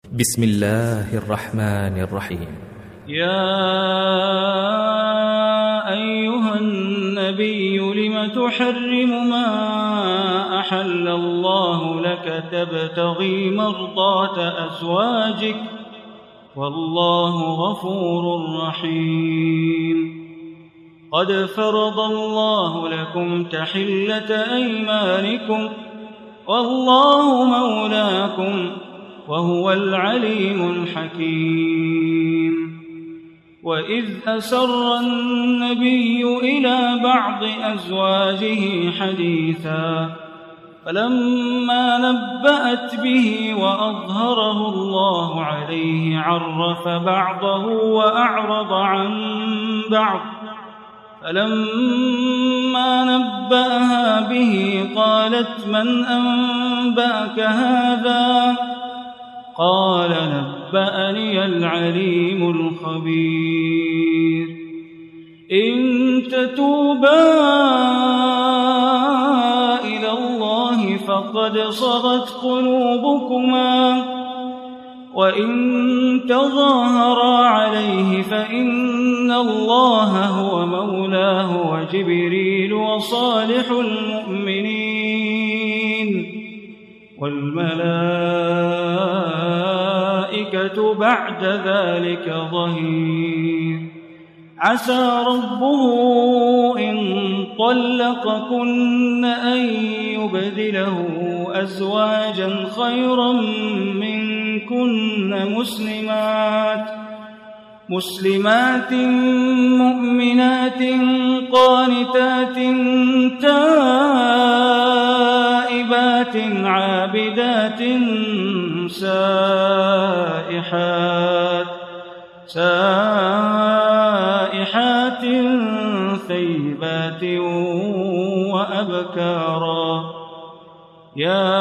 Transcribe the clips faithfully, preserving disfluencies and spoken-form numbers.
بسم الله الرحمن الرحيم. يا أيها النبي لم تحرم ما أحل الله لك تبتغي مرضات أزواجك والله غفور رحيم. قد فرض الله لكم تحلة أيمانكم والله مولاكم وهو العليم الحكيم. وإذ أسر النبي إلى بعض أزواجه حديثا فلما نبأت به وأظهره الله عليه عرف بعضه وأعرض عن بعض فلما نبأها به قالت من أنبأك هذا؟ قال نبأني العليم الخبير. إن تتوبا إلى الله فقد صغت قلوبكما وإن تظاهرا عليه فإن الله هو مولاه وجبريل وصالح المؤمنين والملائكة بعد ذلك ظهير. عسى ربه إن طلقكن أن يبدله أزواجا خيرا منكن مسلمات مسلمات مؤمنات قانتات تائبات عابدات سائحات سائحات ثيبات وأبكارا. يا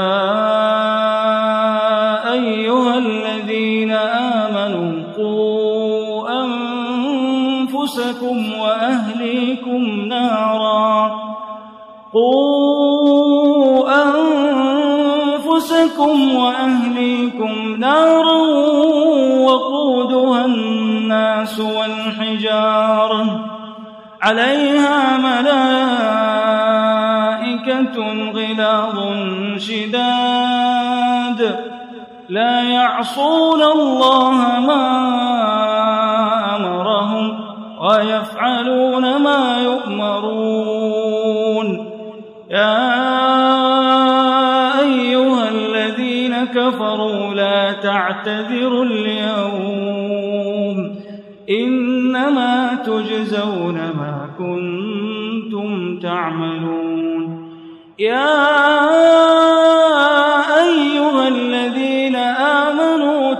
أيها الذين آمنوا قوا أنفسكم وأهليكم نارا قوا أنفسكم وأهليكم نارا وقودها الناس والحجارة عليها ملائكة غلاظ شداد لا يعصون الله ما أمرهم ويفعلون ما يؤمرون. يا أيها الذين كفروا لا تعتذروا اليوم إنما تجزون ما كنتم تعملون. يا أيها الذين آمنوا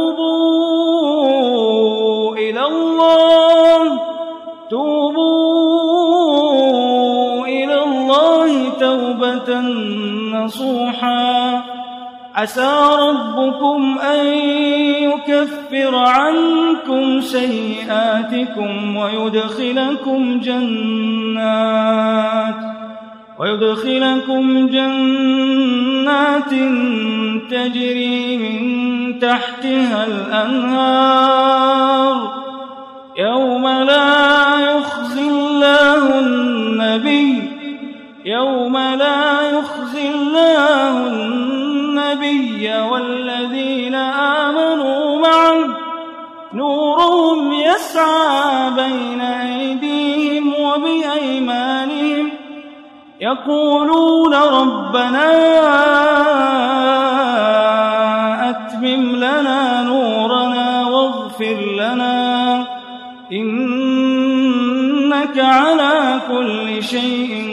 توبوا إلى الله توبوا إلى الله توبة نصوحا عسى ربكم أن يكفر عنكم سيئاتكم ويدخلكم جنات ويدخلكم جنات تجري من تحتها الأنهار يوم لا يخزي الله النبي يوم لا يخزي الله النبي والذين آمنوا معه نورهم يسعى بين أيديهم وبأيمانهم يقولون ربنا أتمم لنا نورنا واغفر لنا إنك على كل شيء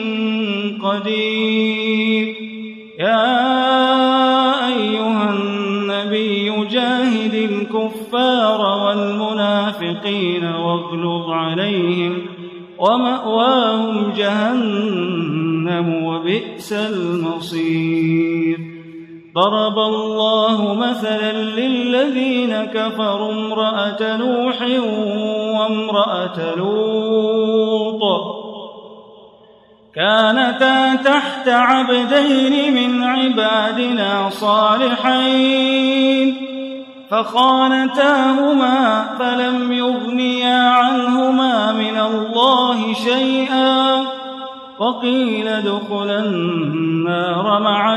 قدير. يا أيها النبي جاهد الكفار والمنافقين واغلظ عليهم ومأواهم جهنم وبئس المصير. ضرب الله مثلا للذين كفروا امرأة نوح وامرأة لوط كانتا تحت عبدين من عبادنا صالحين فخانتاهما فلم يغنيا عنهما من الله شيئا وقيل ادخلا النار مع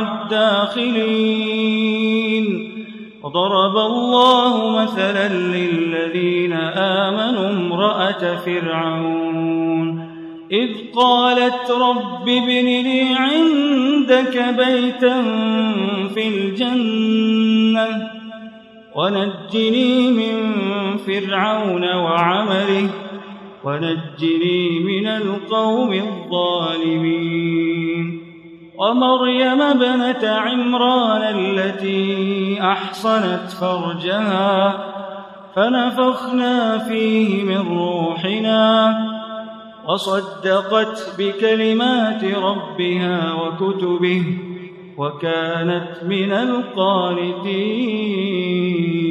الداخلين. وضرب الله مثلا للذين آمنوا امرأة فرعون إذ قالت رب ابن لي عندك بيتا في الجنة ونجني من فرعون وعمله ونجني من القوم الظالمين. ومريم ابنة عمران التي أحصنت فرجها فنفخنا فيه من روحنا وصدقت بكلمات ربها وكتبه وكانت من القانتين.